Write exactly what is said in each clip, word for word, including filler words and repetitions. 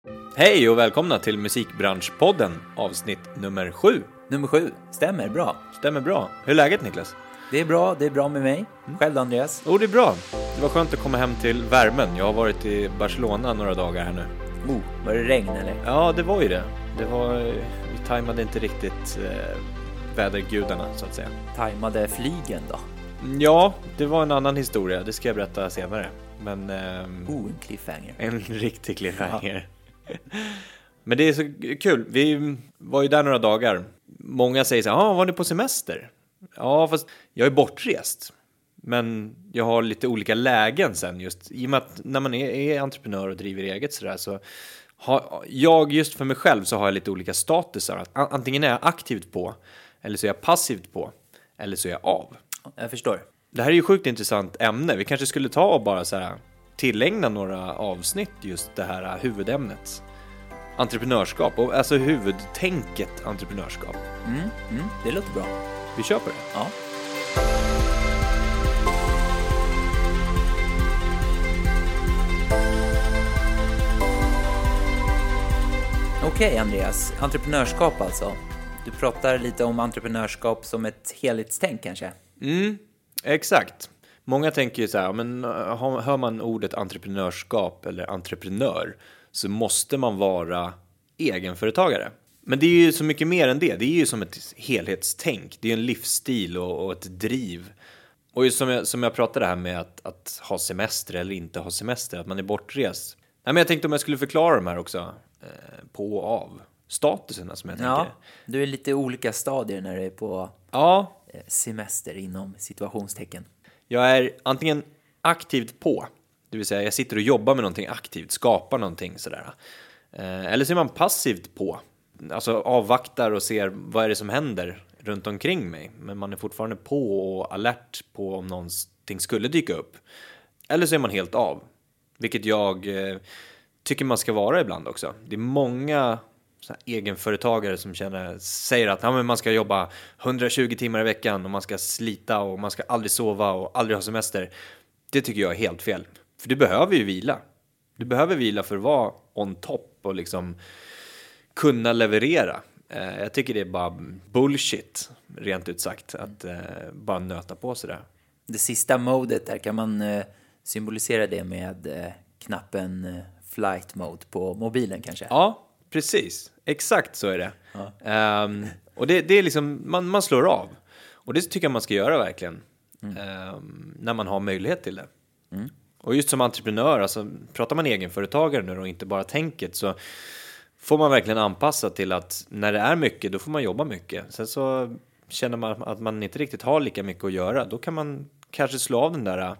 Hej och välkomna till Musikbranschpodden, avsnitt nummer sju. Nummer sju, stämmer bra. Stämmer bra. Hur är läget, Niklas? Det är bra, det är bra med mig. Själv, Andreas? Jo, det är bra. Det var skönt att komma hem till värmen. Jag har varit i Barcelona några dagar här nu. Oh, var det regn eller? Ja, det var ju det. Det var, vi tajmade inte riktigt eh, vädergudarna, så att säga. Tajmade flygen då? Ja, det var en annan historia. Det ska jag berätta senare. Men, ehm, Oh, en cliffhanger. En riktig cliffhanger. Men det är så kul. Vi var ju där några dagar. Många säger så här, ah, var ni på semester? Ja, fast jag är bortrest. Men jag har lite olika lägen sen just. I och med att när man är, är entreprenör och driver eget sådär så har jag just för mig själv så har jag lite olika statusar. Att antingen är jag aktivt på, eller så är jag passivt på, eller så är jag av. Jag förstår. Det här är ju ett sjukt intressant ämne. Vi kanske skulle ta och bara så här tillägna några avsnitt just det här huvudämnet. Entreprenörskap, och alltså huvudtänket entreprenörskap. Mm, mm, det låter bra. Vi kör på det. Ja. Okej, okay, Andreas. Entreprenörskap alltså. Du pratar lite om entreprenörskap som ett helhetstänk kanske? Mm, exakt. Många tänker ju så här, men hör man ordet entreprenörskap eller entreprenör så måste man vara egenföretagare. Men det är ju så mycket mer än det. Det är ju som ett helhetstänk. Det är en livsstil och, och ett driv. Och som jag, som jag pratade här med att, att ha semester eller inte ha semester, att man är bortrest. Nej, men jag tänkte om jag skulle förklara de här också eh, på och av statuserna som jag tänker. Ja, du är lite olika stadier när du är på ja. semester inom situationstecken. Jag är antingen aktivt på, det vill säga jag sitter och jobbar med någonting aktivt, skapar någonting sådär. Eller så är man passivt på, alltså avvaktar och ser vad är det som händer runt omkring mig. Men man är fortfarande på och alert på om någonting skulle dyka upp. Eller så är man helt av, vilket jag eh, tycker man ska vara ibland också. Det är många så här egenföretagare som känner, säger att ja, men man ska jobba hundratjugo timmar i veckan och man ska slita och man ska aldrig sova och aldrig ha semester. Det tycker jag är helt fel. För du behöver ju vila. Du behöver vila för att vara on top och liksom kunna leverera. Eh, jag tycker det är bara bullshit, rent ut sagt, att eh, bara nöta på sig där. Det sista modet där, kan man eh, symbolisera det med eh, knappen eh, flight mode på mobilen kanske? Ja, precis. Exakt så är det. Ja. Um, och det, det är liksom, man, man slår av. Och det tycker jag man ska göra verkligen. Mm. Um, när man har möjlighet till det. Mm. Och just som entreprenör, alltså pratar man egenföretagare nu och inte bara tänket, så får man verkligen anpassa till att när det är mycket, då får man jobba mycket. Sen så känner man att man inte riktigt har lika mycket att göra, då kan man kanske slå av den där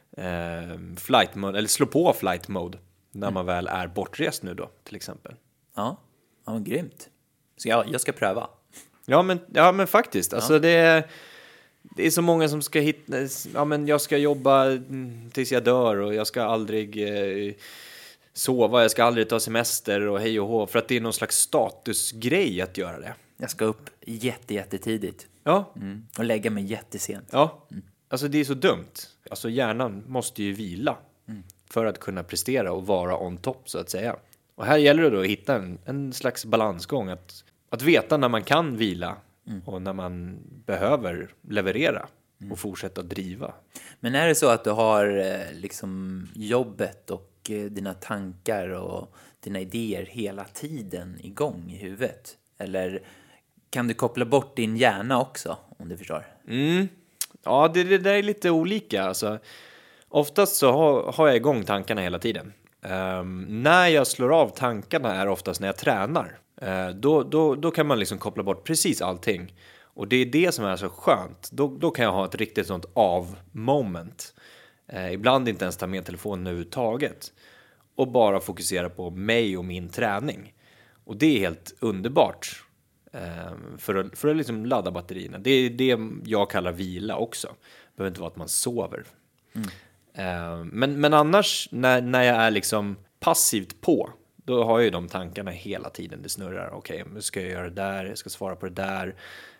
eh, flight mode, eller slå på flight mode när mm. man väl är bortrest nu då, till exempel. Ja, ja men grymt. Så jag, jag ska pröva. Ja, men, ja, men faktiskt. Alltså ja. det, är, det är så många som ska hitta... Ja, men jag ska jobba tills jag dör och jag ska aldrig eh, sova. Jag ska aldrig ta semester och hej och hå. För att det är någon slags statusgrej att göra det. Jag ska upp jätte, jättetidigt. Ja. Mm. Och lägga mig jättesent. Ja, mm. Alltså det är så dumt. Alltså hjärnan måste ju vila mm. för att kunna prestera och vara on top, så att säga. Och här gäller det då att hitta en, en slags balansgång. Att, att veta när man kan vila mm. och när man behöver leverera mm. och fortsätta driva. Men är det så att du har liksom jobbet och dina tankar och dina idéer hela tiden igång i huvudet? Eller kan du koppla bort din hjärna också, om du förstår? Mm. Ja, det, det där är lite olika. Alltså, oftast så har, har jag igång tankarna hela tiden. Um, när jag slår av tankarna är oftast när jag tränar. Uh, då, då, då kan man liksom koppla bort precis allting. Och det är det som är så skönt. Då, då kan jag ha ett riktigt sånt av-moment. Uh, ibland inte ens ta med telefonen överhuvudtaget. Och bara fokusera på mig och min träning. Och det är helt underbart. Um, för att, för att liksom ladda batterierna. Det är det jag kallar vila också. Det behöver inte vara att man sover. Mm. Men, men annars när, när jag är liksom passivt på, då har jag ju de tankarna hela tiden. Det snurrar, okej, okay, nu ska jag göra det där, jag ska svara på det där.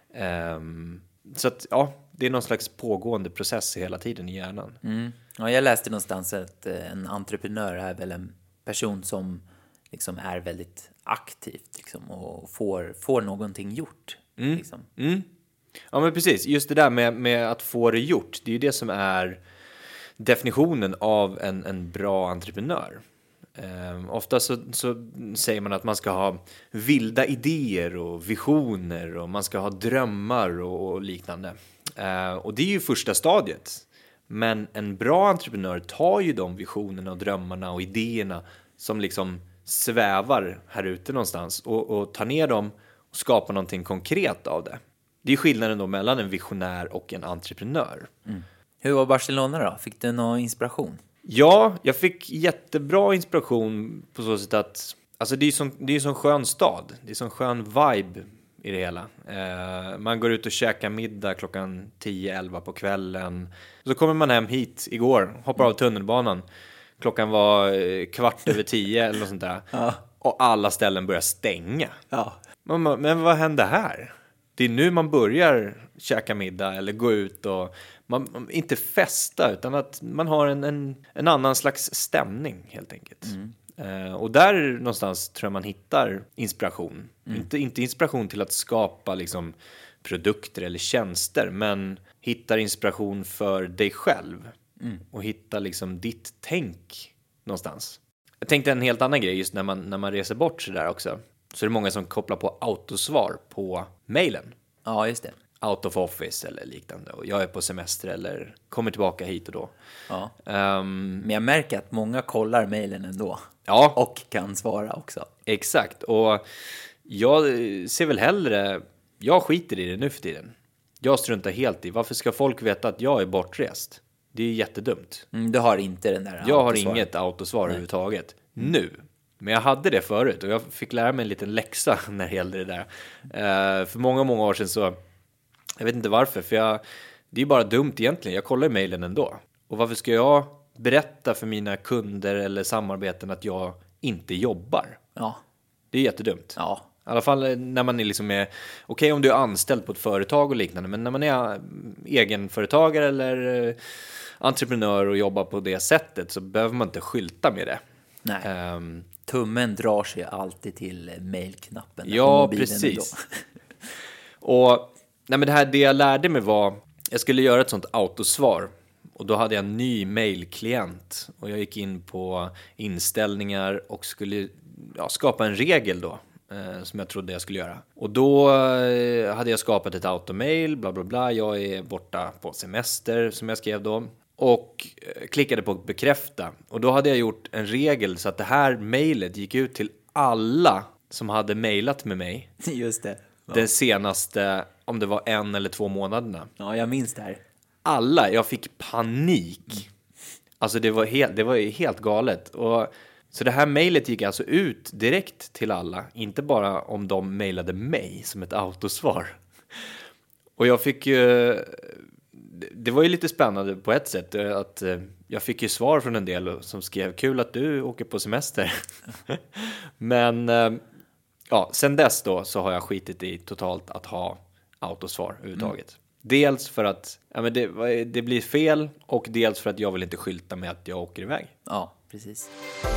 Um, så att ja, det är någon slags pågående process hela tiden i hjärnan. Mm. Ja, jag läste någonstans att en entreprenör är väl en person som liksom är väldigt aktivt liksom, och får, får någonting gjort. Mm. Liksom. Mm. Ja, men precis. Just det där med, med att få det gjort, det är ju det som är definitionen av en, en bra entreprenör. Eh, ofta så, så säger man att man ska ha vilda idéer och visioner och man ska ha drömmar och, och liknande. Eh, och det är ju första stadiet. Men en bra entreprenör tar ju de visionerna och drömmarna och idéerna som liksom svävar här ute någonstans och, och tar ner dem och skapar någonting konkret av det. Det är skillnaden då mellan en visionär och en entreprenör. Mm. Hur var Barcelona då? Fick du någon inspiration? Ja, jag fick jättebra inspiration på så sätt att alltså det är ju sån, det är ju sån skön stad. Det är sån skön vibe i det hela. Eh, man går ut och käkar middag klockan tio elva på kvällen. Så kommer man hem hit igår, hoppar av tunnelbanan. Klockan var eh, kvart över tio eller något sånt där. Ja. Och alla ställen börjar stänga. Ja. Men, men vad hände här? Det är nu man börjar käka middag eller gå ut och man, inte festa utan att man har en, en, en annan slags stämning helt enkelt. Mm. Uh, och där någonstans tror jag man hittar inspiration. Mm. Inte, inte inspiration till att skapa liksom, produkter eller tjänster, men hittar inspiration för dig själv. Mm. Och hitta liksom ditt tänk någonstans. Jag tänkte en helt annan grej just när man, när man reser bort så där också. Så är det många som kopplar på autosvar på mejlen. Ja, just det. Out of office eller liknande. Och jag är på semester eller kommer tillbaka hit och då. Ja. Um, Men jag märker att många kollar mejlen ändå. Ja. Och kan svara också. Exakt. Och jag ser väl hellre... Jag skiter i det nu för tiden. Jag struntar helt i. Varför ska folk veta att jag är bortrest? Det är jättedumt. Mm, du har inte den där Jag har autosvar. inget autosvar överhuvudtaget. Mm. Nu. Men jag hade det förut och jag fick lära mig en liten läxa när det gällde det där. Uh, för många, många år sedan så... Jag vet inte varför, för jag, det är bara dumt egentligen. Jag kollar i mejlen ändå. Och varför ska jag berätta för mina kunder eller samarbeten att jag inte jobbar? Ja. Det är jättedumt. Ja. I alla fall när man är liksom är... Okej okay, om du är anställd på ett företag och liknande. Men när man är egenföretagare eller entreprenör och jobbar på det sättet så behöver man inte skylta med det. Nej. Um, Tummen drar sig alltid till mejlknappen. Ja, precis. Och... Nej, men det här det jag lärde mig var jag skulle göra ett sånt autosvar och då hade jag en ny mailklient och jag gick in på inställningar och skulle ja, skapa en regel då eh, som jag trodde jag skulle göra. Och då eh, hade jag skapat ett automail, bla bla bla, jag är borta på semester som jag skrev då och eh, klickade på bekräfta och då hade jag gjort en regel så att det här mailet gick ut till alla som hade mailat med mig. Just det. Ja. Den senaste, om det var en eller två månaderna. Ja, jag minns det här. Alla, jag fick panik. Alltså det var helt, det var helt galet. Och, så det här mejlet gick alltså ut direkt till alla. Inte bara om de mejlade mig som ett autosvar. Och jag fick ju... Det var ju lite spännande på ett sätt. Att jag fick ju svar från en del som skrev kul att du åker på semester. Men... Ja, sen dess då så har jag skitit i totalt att ha autosvar överhuvudtaget. Mm. Dels för att ja, men det, det blir fel och dels för att jag vill inte skylta med att jag åker iväg. Ja, precis.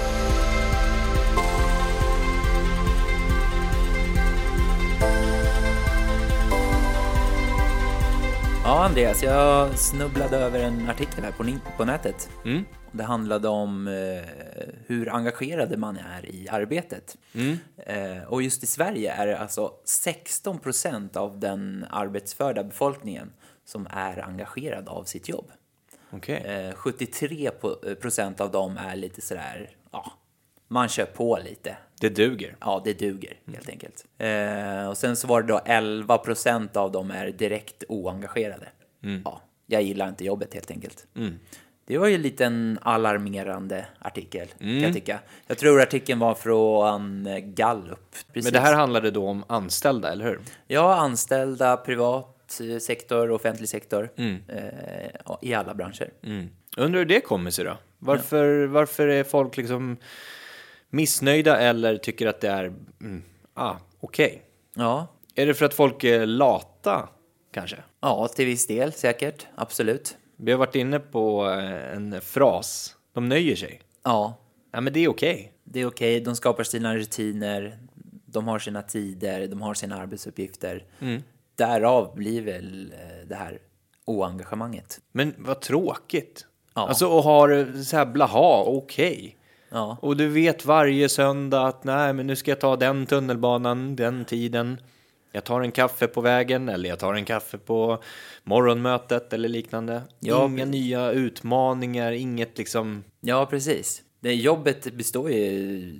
Ja, Andreas, jag snubblade över en artikel här på, på nätet. Mm. Det handlade om eh, hur engagerade man är i arbetet. Mm. Eh, och just i Sverige är det alltså sexton procent av den arbetsförda befolkningen som är engagerad av sitt jobb. Okay. Eh, sjuttiotre procent av dem är lite sådär, ja, man kör på lite. Det duger. Ja, det duger helt enkelt. Eh, och sen så var det då elva procent av dem är direkt oengagerade. Mm. Ja, jag gillar inte jobbet helt enkelt. Mm. Det var ju en liten alarmerande artikel, mm. kan jag tycka. Jag tror artikeln var från Gallup. Precis. Men det här handlade då om anställda, eller hur? Ja, anställda, privat sektor, offentlig sektor. Mm. Eh, I alla branscher. Mm. Undrar hur det kommer sig då? Varför, ja. varför är folk liksom missnöjda eller tycker att det är mm, ah, okej? Okay. Ja. Är det för att folk är lata, kanske? Ja, till viss del säkert. Absolut. Vi har varit inne på en fras. De nöjer sig. Ja. Ja, men det är okej. Okay. det är okej, de skapar sina rutiner, de har sina tider, de har sina arbetsuppgifter. Mm. Därav blir väl det här oengagemanget. Men vad tråkigt. Ja. Alltså att ha det så här blaha, okej. Okay. Ja. Och du vet varje söndag att nej, men nu ska jag ta den tunnelbanan, den tiden. Jag tar en kaffe på vägen eller jag tar en kaffe på morgonmötet eller liknande. Ja, Inga precis. nya utmaningar, inget liksom... Ja, precis. Det jobbet består ju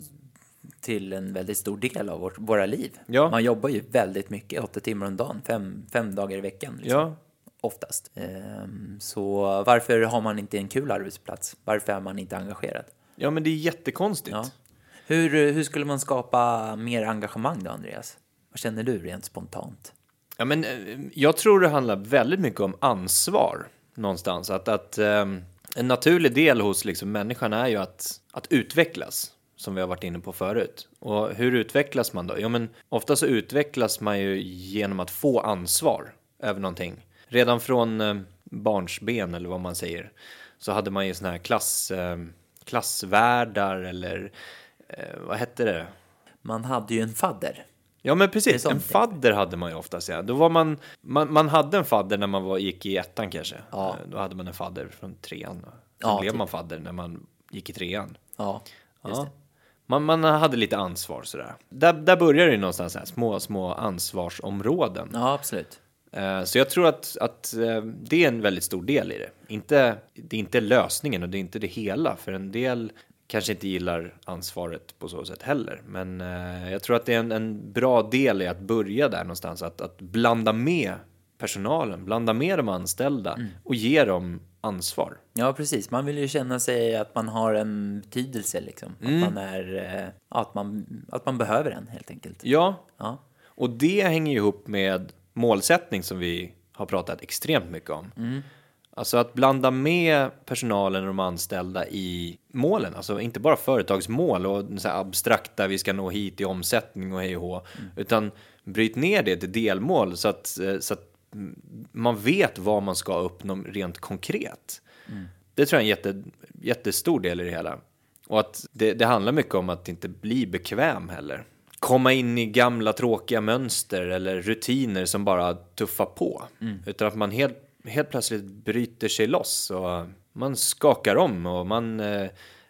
till en väldigt stor del av vår, våra liv. Ja. Man jobbar ju väldigt mycket, åtta timmar om dagen, fem, fem dagar i veckan. Liksom. Ja. Oftast. Ehm, så varför har man inte en kul arbetsplats? Varför är man inte engagerad? Ja, men det är jättekonstigt. Ja. Hur, hur skulle man skapa mer engagemang då, Andreas? Vad känner du rent spontant? Ja, men jag tror det handlar väldigt mycket om ansvar någonstans. Att, att um, en naturlig del hos liksom, människan är ju att, att utvecklas, som vi har varit inne på förut. Och hur utvecklas man då? Ja, men ofta så utvecklas man ju genom att få ansvar över någonting. Redan från eh, barnsben, eller vad man säger, så hade man ju såna här klass, eh, klassvärdar, eller eh, vad hette det? Man hade ju en fadder. Ja, men precis. En fadder hade man ju ofta, ja. Då var man, man, man hade en fadder när man var, gick i ettan kanske. Ja. Då hade man en fadder från trean. Sen ja, blev typ. man fadder när man gick i trean. Ja, just ja. det. Man, man hade lite ansvar sådär. Där, där börjar det ju någonstans här, små, små ansvarsområden. Ja, absolut. Så jag tror att, att det är en väldigt stor del i det. Inte, det är inte lösningen och det är inte det hela. För en del kanske inte gillar ansvaret på så sätt heller. Men jag tror att det är en, en bra del i att börja där någonstans. Att, att blanda med personalen, blanda med de anställda mm. och ge dem ansvar. Ja, precis. Man vill ju känna sig att man har en betydelse liksom. Mm. Att man är, att man, att man behöver en helt enkelt. Ja. ja, och det hänger ju ihop med målsättning som vi har pratat extremt mycket om. Mm. Alltså att blanda med personalen och de anställda i målen. Alltså inte bara företagsmål och så här abstrakta, vi ska nå hit i omsättning och hej och hå. Mm. Utan bryt ner det till delmål så att, så att man vet vad man ska uppnå rent konkret. Mm. Det tror jag är en jätte, jättestor del i det hela. Och att det, det handlar mycket om att inte bli bekväm heller. Komma in i gamla tråkiga mönster eller rutiner som bara tuffar på. Mm. Utan att man helt, helt plötsligt bryter sig loss och man skakar om och man eh,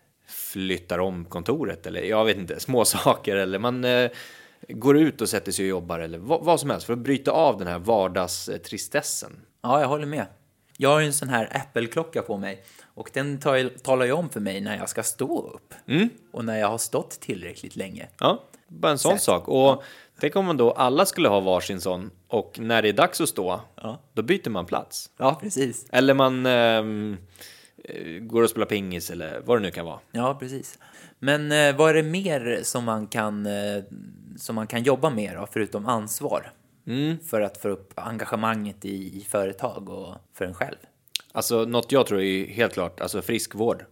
flyttar om kontoret eller jag vet inte, små saker eller man eh, går ut och sätter sig och jobbar eller vad, vad som helst för att bryta av den här vardagstristessen. Ja, jag håller med. Jag har ju en sån här Apple-klocka på mig och den tar, talar ju om för mig när jag ska stå upp mm. och när jag har stått tillräckligt länge. Ja, bara en sån Sätt. sak. Och ja. tänk om man då alla skulle ha varsin sån och när det är dags att stå, ja. då byter man plats. Ja, precis. Eller man eh, går och spelar pingis eller vad det nu kan vara. Ja, precis. Men eh, vad är det mer som man kan, eh, som man kan jobba med då, förutom ansvar? Mm. För att få upp engagemanget i, i företag och för en själv. Alltså något jag tror är helt klart, alltså friskvård.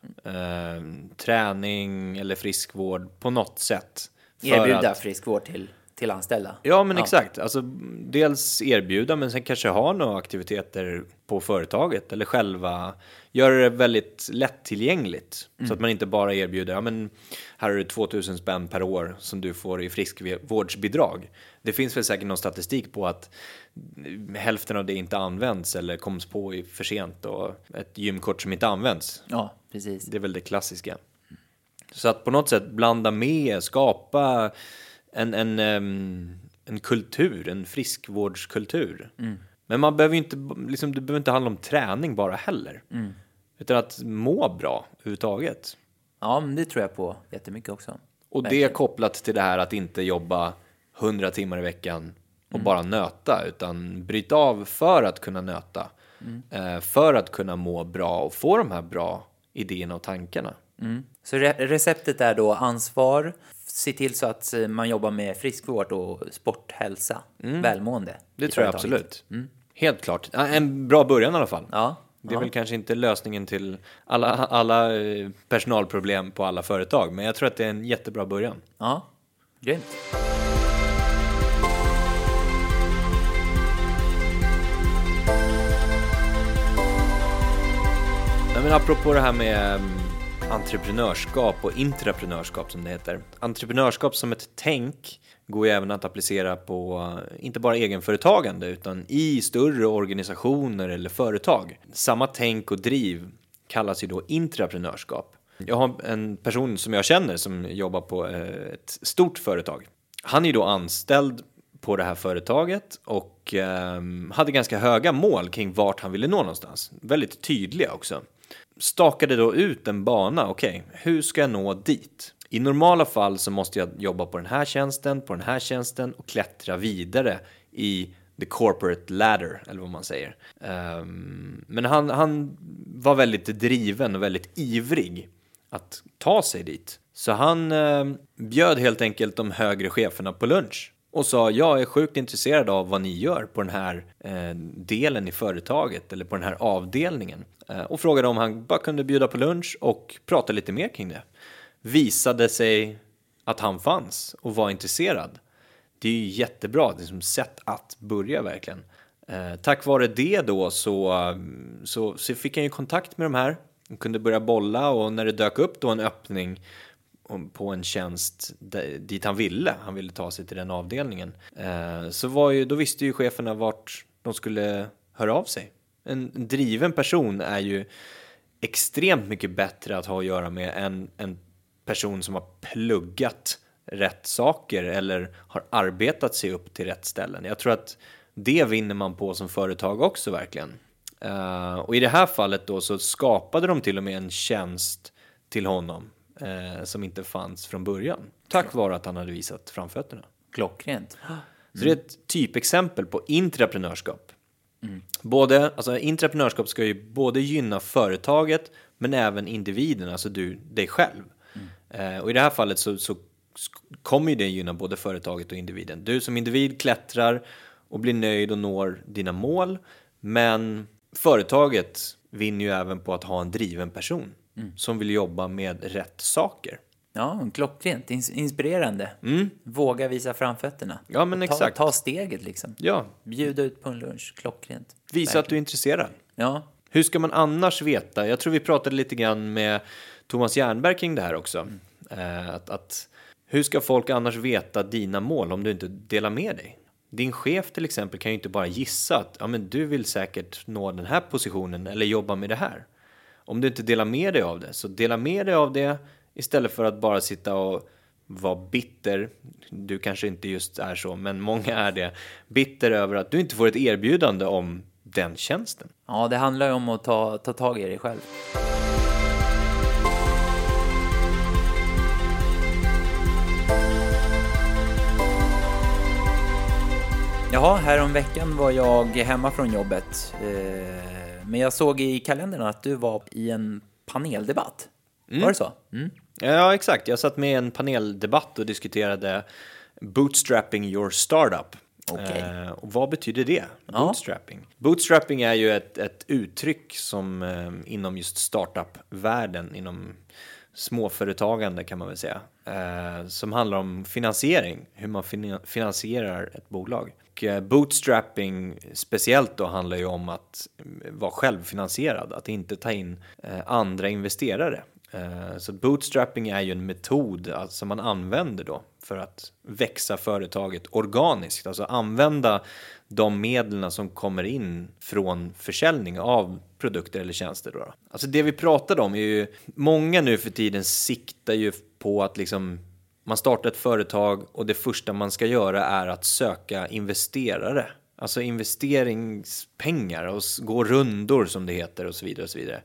Eh, träning eller friskvård på något sätt. Erbjuda att... friskvård till, till anställda. Ja, men ja. exakt. Alltså, dels erbjuda, men sen kanske ha några aktiviteter på företaget. Eller själva göra det väldigt lättillgängligt. Mm. Så att man inte bara erbjuder, ja men här har du tvåtusen spänn per år som du får i friskvårdsbidrag. Det finns väl säkert någon statistik på att hälften av det inte används eller koms på i för sent och ett gymkort som inte används. Ja, precis. Det är väl det klassiska. Så att på något sätt blanda med, skapa en, en, en kultur, en friskvårdskultur. Mm. Men man behöver inte, liksom, det behöver inte handla om träning bara heller. Mm. Utan att må bra överhuvudtaget. Ja, men det tror jag på jättemycket också. Och Verkligen. det kopplat till det här att inte jobba hundra timmar i veckan och mm. bara nöta. Utan bryta av för att kunna nöta. Mm. För att kunna må bra och få de här bra idéerna och tankarna. Mm. Så re- receptet är då ansvar, se till så att man jobbar med friskvård och sporthälsa, mm. välmående. Det tror jag absolut. Mm. Helt klart. En bra början i alla fall. Ja. Det är ja. väl kanske inte lösningen till alla, alla personalproblem på alla företag, men jag tror att det är en jättebra början. Ja, grymt. Nej, men apropå det här med entreprenörskap och intraprenörskap som det heter. Entreprenörskap som ett tänk går ju även att applicera på inte bara egenföretagande utan i större organisationer eller företag. Samma tänk och driv kallas ju då intraprenörskap. Jag har en person som jag känner som jobbar på ett stort företag. Han är då anställd på det här företaget och eh, hade ganska höga mål kring vart han ville nå någonstans. Väldigt tydliga också. Stakade då ut en bana, okej, okay, hur ska jag nå dit? I normala fall så måste jag jobba på den här tjänsten, på den här tjänsten och klättra vidare i the corporate ladder, eller vad man säger. Um, men han, han var väldigt driven och väldigt ivrig att ta sig dit. Så han uh, bjöd helt enkelt de högre cheferna på lunch. Och sa, jag är sjukt intresserad av vad ni gör på den här eh, delen i företaget eller på den här avdelningen. Eh, och frågade om han bara kunde bjuda på lunch och prata lite mer kring det. Visade sig att han fanns och var intresserad. Det är ju jättebra, det är som sätt att börja verkligen. Eh, tack vare det då så, så, så fick han ju kontakt med de här. Han kunde börja bolla och när det dök upp då en öppning på en tjänst dit han ville. Han ville ta sig till den avdelningen. Eh, så var ju, då visste ju cheferna vart de skulle höra av sig. En, en driven person är ju extremt mycket bättre att ha att göra med än en person som har pluggat rätt saker eller har arbetat sig upp till rätt ställen. Jag tror att det vinner man på som företag också verkligen. Eh, och i det här fallet då så skapade de till och med en tjänst till honom Eh, som inte fanns från början. Tack vare att han hade visat framfötterna. Klockrent. Mm. Så det är ett typexempel på intraprenörskap. Mm. Både, alltså intraprenörskap ska ju både gynna företaget men även individen, alltså du, dig själv. Mm. Eh, och i det här fallet så, så kommer ju det gynna både företaget och individen. Du som individ klättrar och blir nöjd och når dina mål, men företaget vinner ju även på att ha en driven person. Mm. Som vill jobba med rätt saker. Ja, klockrent. Inspirerande. Mm. Våga visa framfötterna. Ja, men ta, exakt. Ta steget liksom. Ja. Bjuda ut på en lunch. Klockrent. Visa verkligen att du är intresserad. Ja. Hur ska man annars veta? Jag tror vi pratade lite grann med Thomas Jernberg kring det här också. Mm. Eh, att, att, hur ska folk annars veta dina mål om du inte delar med dig? Din chef till exempel kan ju inte bara gissa att ja, men du vill säkert nå den här positionen eller jobba med det här. Om du inte delar med dig av det, så dela med dig av det istället för att bara sitta och vara bitter. Du kanske inte just är så, men många är det. Bitter över att du inte får ett erbjudande om den tjänsten. Ja, det handlar ju om att ta, ta tag i dig själv. Jaha, här om veckan var jag hemma från jobbet. Eh... Men jag såg i kalendern att du var i en paneldebatt. Mm. Var det så? Mm. Ja, exakt. Jag satt med i en paneldebatt och diskuterade bootstrapping your startup. Okay. Eh, och vad betyder det? Ja. Bootstrapping. Bootstrapping är ju ett, ett uttryck som eh, inom just startup-världen, inom småföretagande kan man väl säga, eh, som handlar om finansiering, hur man fin- finansierar ett bolag. Och bootstrapping speciellt då handlar ju om att vara självfinansierad, att inte ta in eh, andra investerare. Eh, så bootstrapping är ju en metod alltså, som man använder då för att växa företaget organiskt, alltså använda de medlen som kommer in från försäljning av produkter eller tjänster då. Alltså det vi pratade om är ju, många nu för tiden siktar ju på att liksom man startar ett företag och det första man ska göra är att söka investerare. Alltså investeringspengar och gå rundor som det heter och så vidare och så vidare.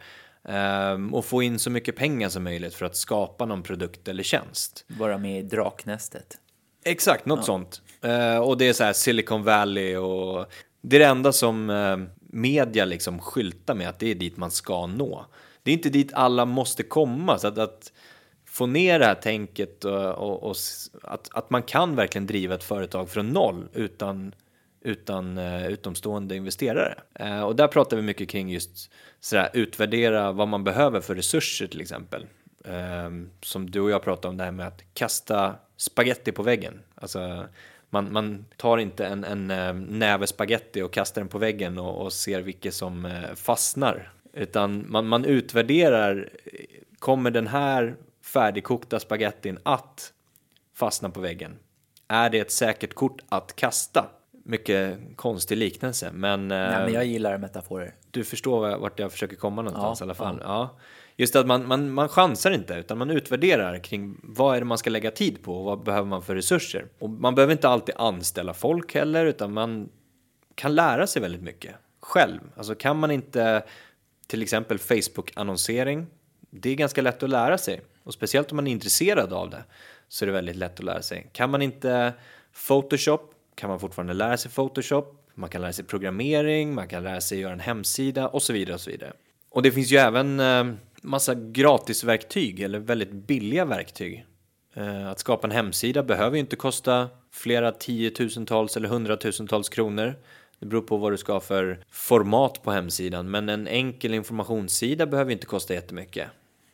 Um, och få in så mycket pengar som möjligt för att skapa någon produkt eller tjänst. Vara med i draknästet. Exakt, något ja. sånt. Uh, och det är så här Silicon Valley och det är det enda som uh, media liksom skyltar med att det är dit man ska nå. Det är inte dit alla måste komma, så att, att få ner det här tänket och, och, och att, att man kan verkligen driva ett företag från noll utan, utan uh, utomstående investerare. Uh, och där pratar vi mycket kring just sådär, utvärdera vad man behöver för resurser till exempel. Uh, som du och jag pratade om det här med att kasta spaghetti på väggen. Alltså man, man tar inte en, en uh, näve spaghetti och kastar den på väggen och, och ser vilket som uh, fastnar. Utan man, man utvärderar Kommer den här färdigkokta spagettin att fastna på väggen? Är det ett säkert kort att kasta? Mycket konstig liknelse, men... Nej, men jag gillar metaforer. Du förstår vart jag försöker komma någonstans Ja, i alla fall. ja. Ja. Just att man, man, man chansar inte, utan man utvärderar kring vad är det man ska lägga tid på och vad behöver man för resurser. Och man behöver inte alltid anställa folk heller, utan man kan lära sig väldigt mycket själv. Alltså kan man inte, till exempel Facebook-annonsering, det är ganska lätt att lära sig. Och speciellt om man är intresserad av det så är det väldigt lätt att lära sig. Kan man inte Photoshop, kan man fortfarande lära sig Photoshop. Man kan lära sig programmering, man kan lära sig göra en hemsida och så vidare och så vidare. Och det finns ju även eh, massa gratisverktyg eller väldigt billiga verktyg. Eh, att skapa en hemsida behöver ju inte kosta flera tiotusentals eller hundratusentals kronor. Det beror på vad du ska ha för format på hemsidan. Men en enkel informationssida behöver inte kosta jättemycket.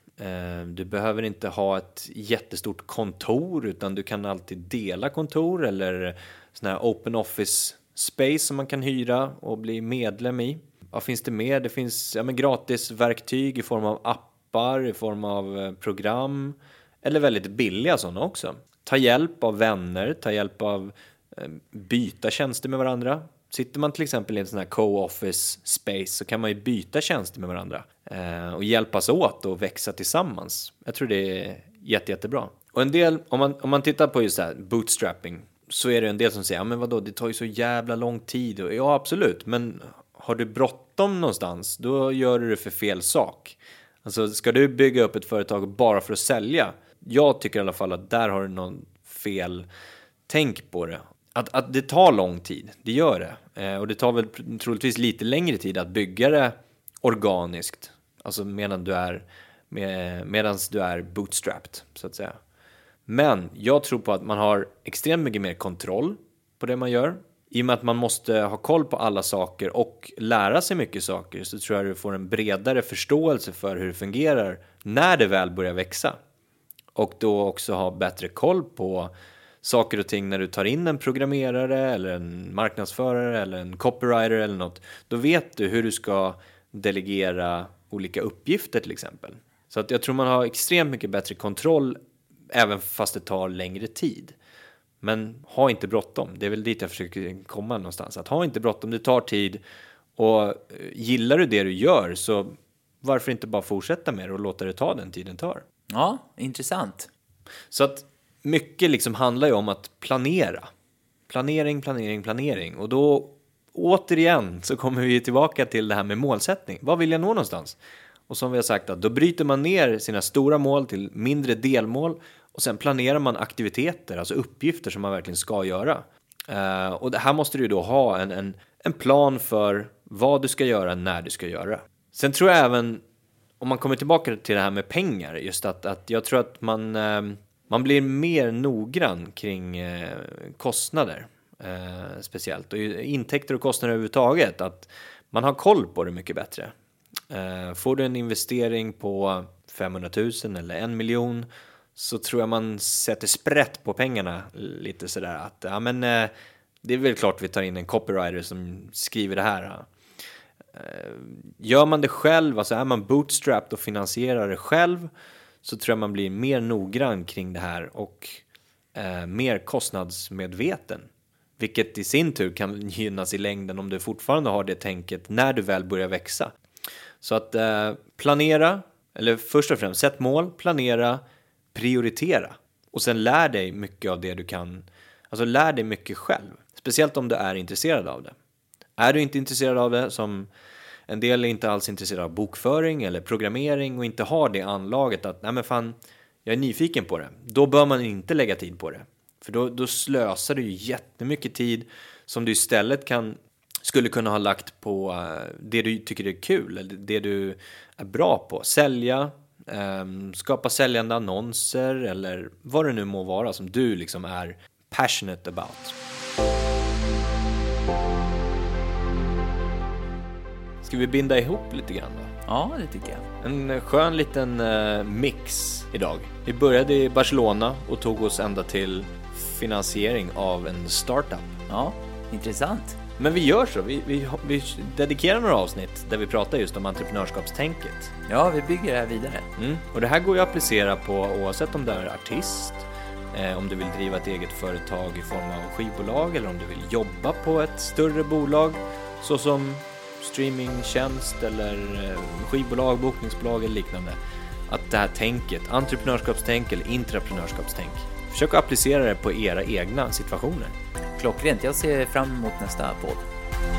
Eh, du behöver inte ha ett jättestort kontor, utan du kan alltid dela kontor eller sån här open office space som man kan hyra och bli medlem i. Vad finns det mer? Det finns ja, men gratis verktyg i form av appar, i form av program. Eller väldigt billiga sådana också. Ta hjälp av vänner, ta hjälp av eh, byta tjänster med varandra. Sitter man till exempel i en sån här co-office space så kan man ju byta tjänster med varandra. Eh, och hjälpas åt och växa tillsammans. Jag tror det är jätte, jättebra. Och en del, om man, om man tittar på just så här bootstrapping, så är det en del som säger, ja men vadå, det tar ju så jävla lång tid. Och, ja, absolut, men har du bråttom någonstans, då gör du det för fel sak. Alltså, ska du bygga upp ett företag bara för att sälja? Jag tycker i alla fall att där har du någon fel tänk på det. Att, att det tar lång tid, det gör det. Eh, och det tar väl troligtvis lite längre tid att bygga det organiskt. Alltså medan du är, med, medans du är bootstrapped, så att säga. Men jag tror på att man har extremt mycket mer kontroll på det man gör. I och med att man måste ha koll på alla saker och lära sig mycket saker, så tror jag du får en bredare förståelse för hur det fungerar när det väl börjar växa. Och då också ha bättre koll på saker och ting när du tar in en programmerare eller en marknadsförare eller en copywriter eller något. Då vet du hur du ska delegera olika uppgifter till exempel. Så att jag tror man har extremt mycket bättre kontroll även fast det tar längre tid. Men ha inte bråttom. Det är väl dit jag försöker komma någonstans. Att ha inte bråttom, det tar tid. Och gillar du det du gör, så varför inte bara fortsätta med det och låta det ta den tiden tar? Ja, intressant. Så att mycket liksom handlar ju om att planera. Planering, planering, planering. Och då återigen så kommer vi tillbaka till det här med målsättning. Vad vill jag nå någonstans? Och som vi har sagt, att då bryter man ner sina stora mål till mindre delmål. Och sen planerar man aktiviteter, alltså uppgifter som man verkligen ska göra. Uh, och det här måste du då ha en, en, en plan för vad du ska göra när du ska göra. Sen tror jag även, om man kommer tillbaka till det här med pengar, just att, att jag tror att man, uh, man blir mer noggrann kring uh, kostnader. Uh, speciellt. Och intäkter och kostnader överhuvudtaget. Att man har koll på det mycket bättre. Uh, får du en investering på femhundratusen eller en miljon, så tror jag man sätter sprätt på pengarna lite sådär. Att ja, men eh, det är väl klart vi tar in en copywriter som skriver det här. Eh, gör man det själv, alltså är man bootstrapped och finansierar det själv, så tror jag man blir mer noggrann kring det här och eh, mer kostnadsmedveten. Vilket i sin tur kan gynnas i längden om du fortfarande har det tänket när du väl börjar växa. Så att eh, planera, eller först och främst sätt mål, planera, prioritera. Och sen lär dig mycket av det du kan. Alltså lär dig mycket själv. Speciellt om du är intresserad av det. Är du inte intresserad av det, som en del är inte alls intresserad av bokföring eller programmering och inte har det anlaget att nej men fan, jag är nyfiken på det. Då bör man inte lägga tid på det. För då, då slösar du ju jättemycket tid som du istället kan, skulle kunna ha lagt på det du tycker är kul eller det du är bra på. Sälja, Um, skapa säljande annonser eller vad det nu må vara som du liksom är passionate about. Ska vi binda ihop lite grann då? Ja, det tycker jag. En skön liten uh, mix idag. Vi började i Barcelona och tog oss ända till finansiering av en startup. Ja, intressant. Men vi gör så, vi, vi, vi dedikerar några avsnitt där vi pratar just om entreprenörskapstänket. Ja, vi bygger det här vidare. Mm. Och det här går ju att applicera på oavsett om du är artist, eh, om du vill driva ett eget företag i form av skivbolag, eller om du vill jobba på ett större bolag såsom streamingtjänst eller eh, skivbolag, bokningsbolag eller liknande. Att det här tänket, entreprenörskapstänk eller intraprenörskapstänk, försök att applicera det på era egna situationer. Klockrent, jag ser fram emot nästa podd.